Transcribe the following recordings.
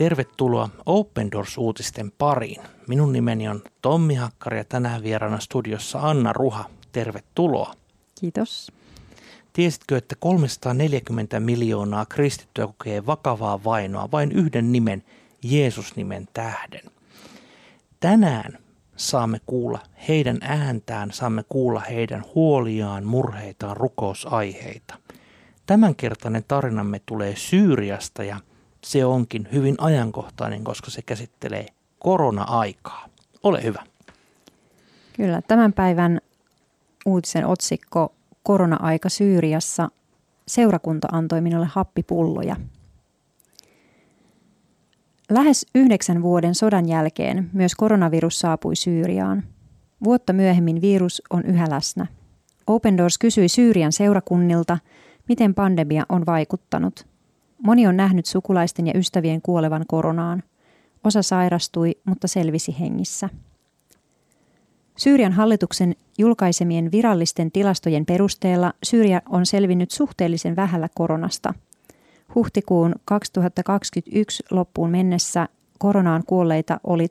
Tervetuloa Open Doors-uutisten pariin. Minun nimeni on Tommi Hakkari ja tänään vieraana studiossa Anna Ruha. Tervetuloa. Kiitos. Tiesitkö, että 340 miljoonaa kristittyä kokee vakavaa vainoa vain yhden nimen, Jeesus-nimen tähden? Tänään saamme kuulla heidän ääntään, saamme kuulla heidän huoliaan, murheitaan, rukousaiheita. Tämänkertainen tarinamme tulee Syyriasta ja se onkin hyvin ajankohtainen, koska se käsittelee korona-aikaa. Ole hyvä. Kyllä, tämän päivän uutisen otsikko Korona-aika Syyriassa. Seurakunta antoi minulle happipulloja. Lähes 9 vuoden sodan jälkeen myös koronavirus saapui Syyriaan. Vuotta myöhemmin virus on yhä läsnä. Open Doors kysyi Syyrian seurakunnilta, miten pandemia on vaikuttanut. Moni on nähnyt sukulaisten ja ystävien kuolevan koronaan. Osa sairastui, mutta selvisi hengissä. Syyrian hallituksen julkaisemien virallisten tilastojen perusteella Syyria on selvinnyt suhteellisen vähällä koronasta. Huhtikuun 2021 loppuun mennessä koronaan kuolleita oli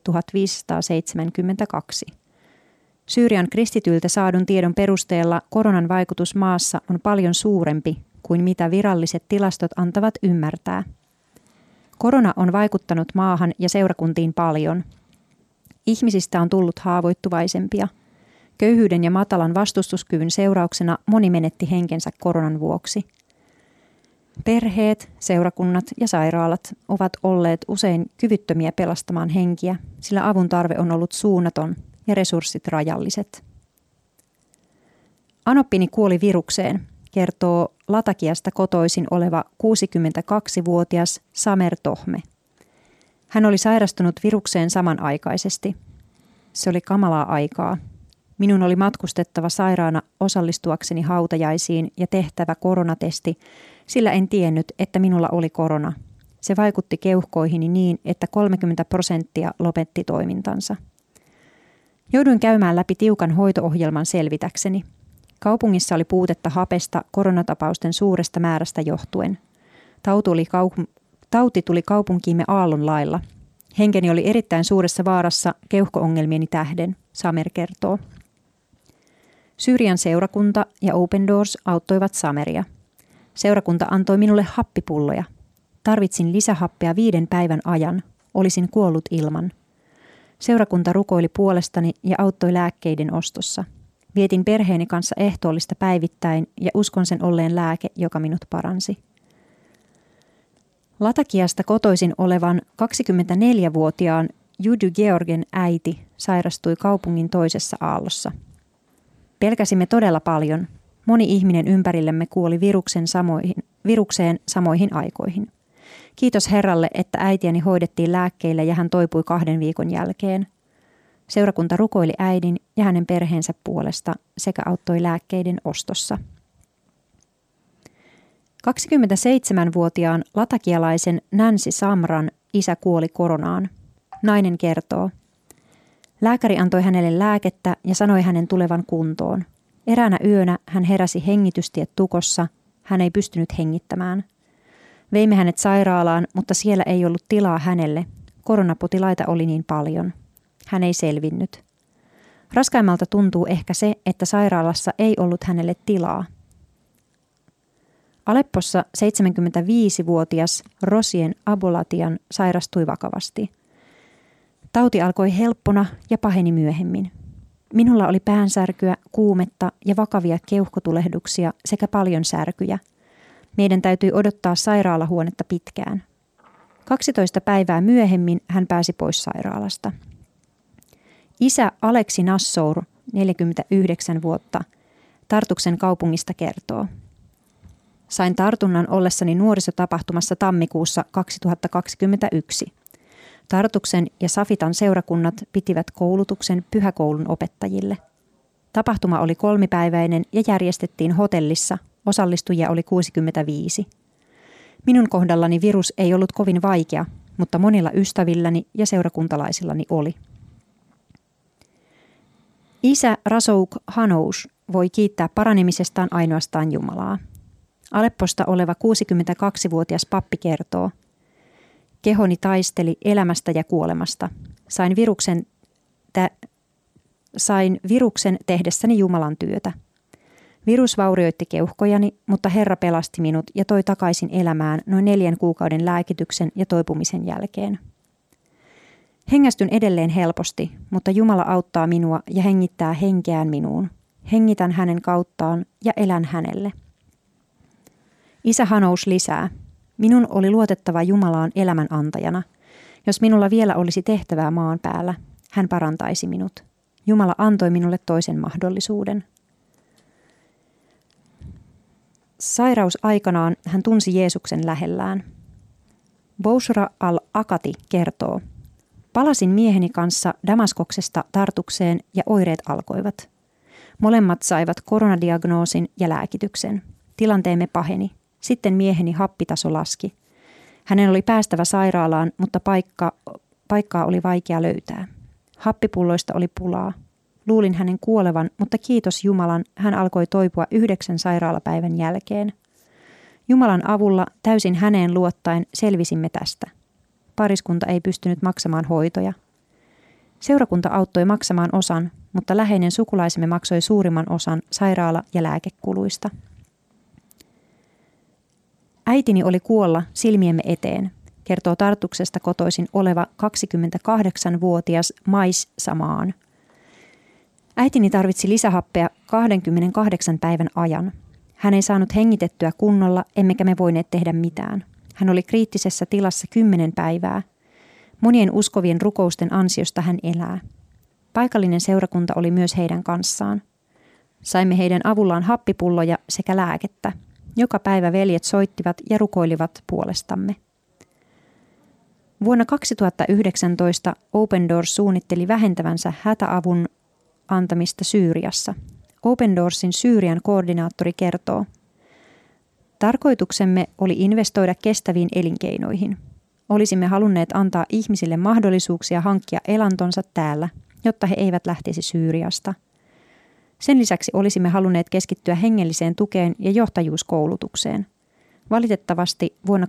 1572. Syyrian kristityiltä saadun tiedon perusteella koronan vaikutus maassa on paljon suurempi kuin mitä viralliset tilastot antavat ymmärtää. Korona on vaikuttanut maahan ja seurakuntiin paljon. Ihmisistä on tullut haavoittuvaisempia. Köyhyyden ja matalan vastustuskyvyn seurauksena moni menetti henkensä koronan vuoksi. Perheet, seurakunnat ja sairaalat ovat olleet usein kyvyttömiä pelastamaan henkiä, sillä avun tarve on ollut suunnaton ja resurssit rajalliset. Anoppini kuoli virukseen, kertoo Latakiasta kotoisin oleva 62-vuotias Samer Tohme. Hän oli sairastunut virukseen samanaikaisesti. Se oli kamalaa aikaa. Minun oli matkustettava sairaana osallistuakseni hautajaisiin ja tehtävä koronatesti, sillä en tiennyt, että minulla oli korona. Se vaikutti keuhkoihini niin, että 30% lopetti toimintansa. Jouduin käymään läpi tiukan hoito-ohjelman selvitäkseni. Kaupungissa oli puutetta hapesta koronatapausten suuresta määrästä johtuen. Tauti tuli kaupunkiimme aallon lailla. Henkeni oli erittäin suuressa vaarassa keuhko-ongelmieni tähden, Samer kertoo. Syyrian seurakunta ja Open Doors auttoivat Sameria. Seurakunta antoi minulle happipulloja. Tarvitsin lisähappea 5 päivän ajan. Olisin kuollut ilman. Seurakunta rukoili puolestani ja auttoi lääkkeiden ostossa. Vietin perheeni kanssa ehtoollista päivittäin ja uskon sen olleen lääke, joka minut paransi. Latakiasta kotoisin olevan 24-vuotiaan Judy Georgen äiti sairastui kaupungin toisessa aallossa. Pelkäsimme todella paljon. Moni ihminen ympärillemme kuoli virukseen samoihin aikoihin. Kiitos Herralle, että äitiäni hoidettiin lääkkeillä ja hän toipui 2 viikon jälkeen. Seurakunta rukoili äidin ja hänen perheensä puolesta sekä auttoi lääkkeiden ostossa. 27-vuotiaan latakialaisen Nancy Samran isä kuoli koronaan. Nainen kertoo. Lääkäri antoi hänelle lääkettä ja sanoi hänen tulevan kuntoon. Eräänä yönä hän heräsi hengitystiet tukossa. Hän ei pystynyt hengittämään. Veimme hänet sairaalaan, mutta siellä ei ollut tilaa hänelle. Koronapotilaita oli niin paljon. Hän ei selvinnyt. Raskaimmalta tuntuu ehkä se, että sairaalassa ei ollut hänelle tilaa. Aleppossa 75-vuotias Rosien Abolatian sairastui vakavasti. Tauti alkoi helppona ja paheni myöhemmin. Minulla oli päänsärkyä, kuumetta ja vakavia keuhkotulehduksia sekä paljon särkyjä. Meidän täytyi odottaa sairaalahuonetta pitkään. 12 päivää myöhemmin hän pääsi pois sairaalasta. Isä Aleksi Nassour, 49 vuotta, Tartuksen kaupungista kertoo. Sain tartunnan ollessani nuorisotapahtumassa tammikuussa 2021. Tartuksen ja Safitan seurakunnat pitivät koulutuksen pyhäkoulun opettajille. Tapahtuma oli 3-päiväinen ja järjestettiin hotellissa. Osallistujia oli 65. Minun kohdallani virus ei ollut kovin vaikea, mutta monilla ystävilläni ja seurakuntalaisillani oli. Isä Rasouk Hanous voi kiittää paranemisestaan ainoastaan Jumalaa. Alepposta oleva 62-vuotias pappi kertoo. Kehoni taisteli elämästä ja kuolemasta. Sain viruksen tehdessäni Jumalan työtä. Virus vaurioitti keuhkojani, mutta Herra pelasti minut ja toi takaisin elämään noin 4 kuukauden lääkityksen ja toipumisen jälkeen. Hengästyn edelleen helposti, mutta Jumala auttaa minua ja hengittää henkeään minuun. Hengitän hänen kauttaan ja elän hänelle. Isä Hanous lisää. Minun oli luotettava Jumalaan elämän antajana. Jos minulla vielä olisi tehtävää maan päällä, hän parantaisi minut. Jumala antoi minulle toisen mahdollisuuden. Sairausaikanaan hän tunsi Jeesuksen lähellään. Boushra al-Akati kertoo. Palasin mieheni kanssa Damaskoksesta Tartukseen ja oireet alkoivat. Molemmat saivat koronadiagnoosin ja lääkityksen. Tilanteemme paheni. Sitten mieheni happitaso laski. Hänen oli päästävä sairaalaan, mutta paikkaa oli vaikea löytää. Happipulloista oli pulaa. Luulin hänen kuolevan, mutta kiitos Jumalan, hän alkoi toipua 9 sairaalapäivän jälkeen. Jumalan avulla täysin häneen luottaen selvisimme tästä. Pariskunta ei pystynyt maksamaan hoitoja. Seurakunta auttoi maksamaan osan, mutta läheinen sukulaisemme maksoi suurimman osan sairaala- ja lääkekuluista. Äitini oli kuolla silmiemme eteen, kertoo Tartuksesta kotoisin oleva 28-vuotias Mais Samaan. Äitini tarvitsi lisähappea 28 päivän ajan. Hän ei saanut hengitettyä kunnolla, emmekä me voineet tehdä mitään. Hän oli kriittisessä tilassa 10 päivää. Monien uskovien rukousten ansiosta hän elää. Paikallinen seurakunta oli myös heidän kanssaan. Saimme heidän avullaan happipulloja sekä lääkettä. Joka päivä veljet soittivat ja rukoilivat puolestamme. Vuonna 2019 Open Doors suunnitteli vähentävänsä hätäavun antamista Syyriassa. Open Doorsin Syyrian koordinaattori kertoo, tarkoituksemme oli investoida kestäviin elinkeinoihin. Olisimme halunneet antaa ihmisille mahdollisuuksia hankkia elantonsa täällä, jotta he eivät lähtisi Syyriasta. Sen lisäksi olisimme halunneet keskittyä hengelliseen tukeen ja johtajuuskoulutukseen. Valitettavasti vuonna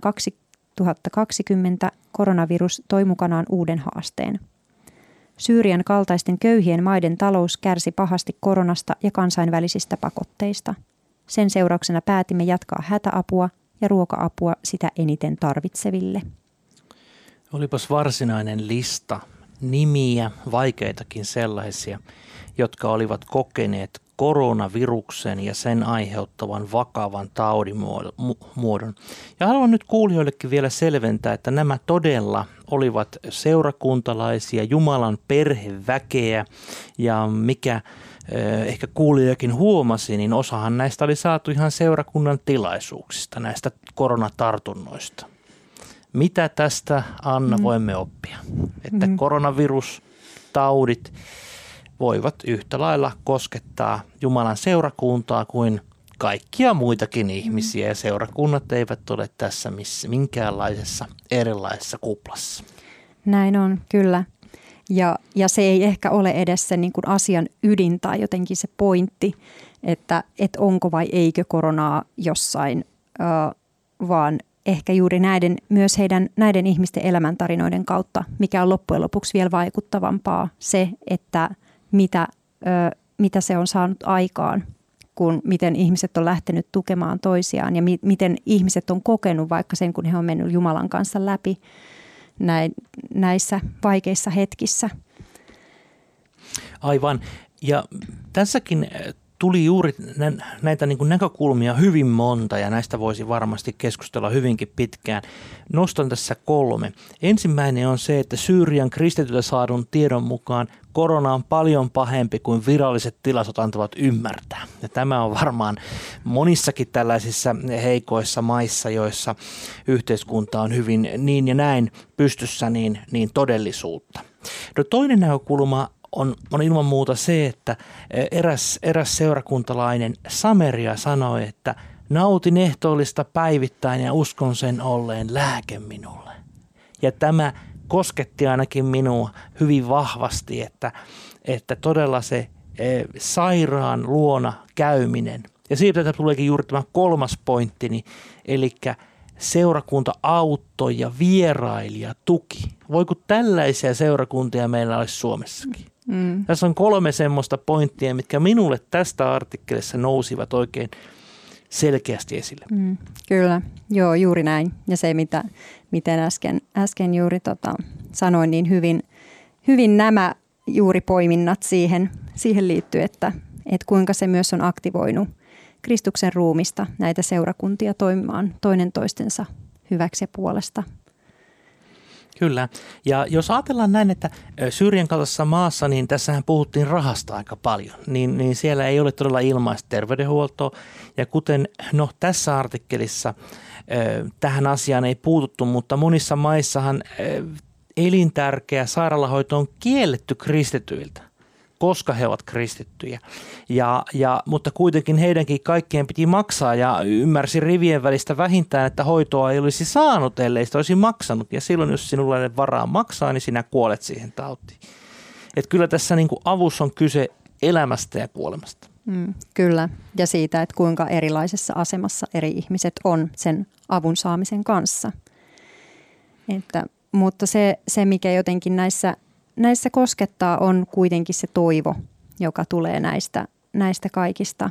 2020 koronavirus toi mukanaan uuden haasteen. Syyrian kaltaisten köyhien maiden talous kärsi pahasti koronasta ja kansainvälisistä pakotteista. Sen seurauksena päätimme jatkaa hätäapua ja ruoka-apua sitä eniten tarvitseville. Olipas varsinainen lista nimiä, vaikeitakin sellaisia, jotka olivat kokeneet koronaviruksen ja sen aiheuttavan vakavan tautimuodon. Ja haluan nyt kuulijoillekin vielä selventää, että nämä todella olivat seurakuntalaisia, Jumalan perheväkeä ja mikä ehkä kuulijakin huomasi, niin osahan näistä oli saatu ihan seurakunnan tilaisuuksista, näistä koronatartunnoista. Mitä tästä, Anna, voimme oppia? Että koronavirustaudit voivat yhtä lailla koskettaa Jumalan seurakuntaa kuin kaikkia muitakin ihmisiä, ja seurakunnat eivät ole tässä minkäänlaisessa erilaisessa kuplassa. Näin on, kyllä. Ja se ei ehkä ole edes se niin kuin asian ydin tai jotenkin se pointti, että onko vai eikö koronaa jossain, vaan ehkä juuri näiden ihmisten elämäntarinoiden kautta, mikä on loppujen lopuksi vielä vaikuttavampaa, se, että mitä se on saanut aikaan, kun miten ihmiset on lähtenyt tukemaan toisiaan ja miten ihmiset on kokenut vaikka sen, kun he on mennyt Jumalan kanssa läpi näissä vaikeissa hetkissä. Aivan. Ja tässäkin tuli juuri näitä niin kuin näkökulmia hyvin monta, ja näistä voisi varmasti keskustella hyvinkin pitkään. Nostan tässä 3. Ensimmäinen on se, että Syyrian kristityltä saadun tiedon mukaan korona on paljon pahempi kuin viralliset tilastot antavat ymmärtää. Ja tämä on varmaan monissakin tällaisissa heikoissa maissa, joissa yhteiskunta on hyvin niin ja näin pystyssä, niin todellisuutta. No, toinen näkökulma on ilman muuta se, että eräs seurakuntalainen Sameria sanoi, että nautin ehtoollista päivittäin ja uskon sen olleen lääke minulle. Ja tämä kosketti ainakin minua hyvin vahvasti, että todella se sairaan luona käyminen. Ja siitä tuleekin juuri tämä 3. pointtini, eli seurakunta auttoi ja vieraili ja tuki. Voiko tällaisia seurakuntia meillä olisi Suomessakin? Tässä on 3 semmoista pointtia, mitkä minulle tästä artikkelissa nousivat oikein selkeästi esille. Kyllä, joo, juuri näin. Ja se, miten äsken juuri sanoin, niin hyvin nämä juuri poiminnat siihen liittyy, että kuinka se myös on aktivoinut Kristuksen ruumista näitä seurakuntia toimimaan toinen toistensa hyväksi ja puolesta. Kyllä. Ja jos ajatellaan näin, että Syyrian kaltaisessa maassa, niin tässähän puhuttiin rahasta aika paljon, niin siellä ei ole todella ilmaista terveydenhuoltoa. Ja kuten tässä artikkelissa tähän asiaan ei puututtu, mutta monissa maissahan elintärkeä sairaalahoito on kielletty kristityiltä, koska he ovat kristittyjä. Mutta kuitenkin heidänkin kaikkien piti maksaa ja ymmärsi rivien välistä vähintään, että hoitoa ei olisi saanut, ellei sitä olisi maksanut. Ja silloin, jos sinulla ei ole varaa maksaa, niin sinä kuolet siihen tautiin. Että kyllä tässä niin kuin avussa on kyse elämästä ja kuolemasta. Kyllä, ja siitä, että kuinka erilaisessa asemassa eri ihmiset on sen avun saamisen kanssa. Mutta se, mikä jotenkin näissä koskettaa, on kuitenkin se toivo, joka tulee näistä kaikista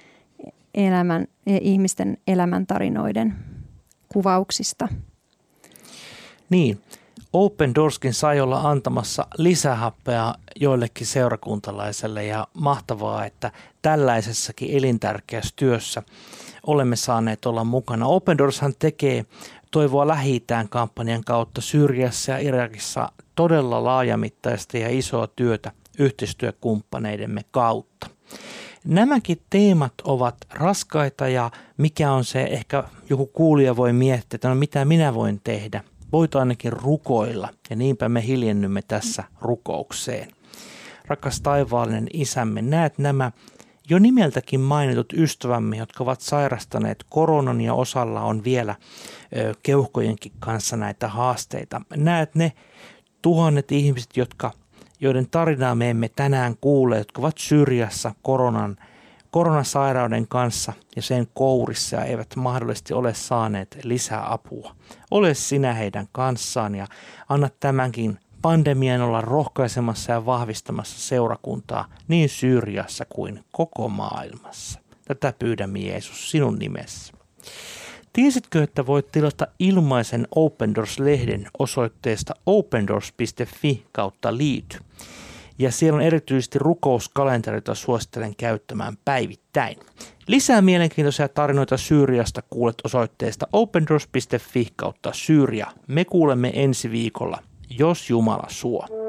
ihmisten elämäntarinoiden kuvauksista. Niin, Open Doorskin sai olla antamassa lisähappea joillekin seurakuntalaiselle ja mahtavaa, että tällaisessakin elintärkeässä työssä olemme saaneet olla mukana. Open Doorshan tekee Toivoa Lähi-Itään -kampanjan kautta Syyriassa ja Irakissa todella laajamittaista ja isoa työtä yhteistyökumppaneidemme kautta. Nämäkin teemat ovat raskaita ja mikä on se, ehkä joku kuulija voi miettiä, että mitä minä voin tehdä. Voit ainakin rukoilla ja niinpä me hiljennymme tässä rukoukseen. Rakas taivaallinen Isämme, näet nämä jo nimeltäkin mainitut ystävämme, jotka ovat sairastaneet koronan ja osalla on vielä keuhkojenkin kanssa näitä haasteita. Näet ne tuhannet ihmiset, joiden tarinaa me emme tänään kuule, jotka ovat Syyriassa koronasairauden kanssa ja sen kourissa ja eivät mahdollisesti ole saaneet lisää apua. Ole sinä heidän kanssaan ja anna tämänkin pandemian olla rohkaisemassa ja vahvistamassa seurakuntaa niin Syyriassa kuin koko maailmassa. Tätä pyydämme Jeesus sinun nimessä. Tiesitkö, että voit tilata ilmaisen Open Doors-lehden osoitteesta opendoors.fi/liity? Ja siellä on erityisesti rukouskalenteri, jota suosittelen käyttämään päivittäin. Lisää mielenkiintoisia tarinoita Syyriasta kuulet osoitteesta opendoors.fi/Syyria. Me kuulemme ensi viikolla, jos Jumala suo.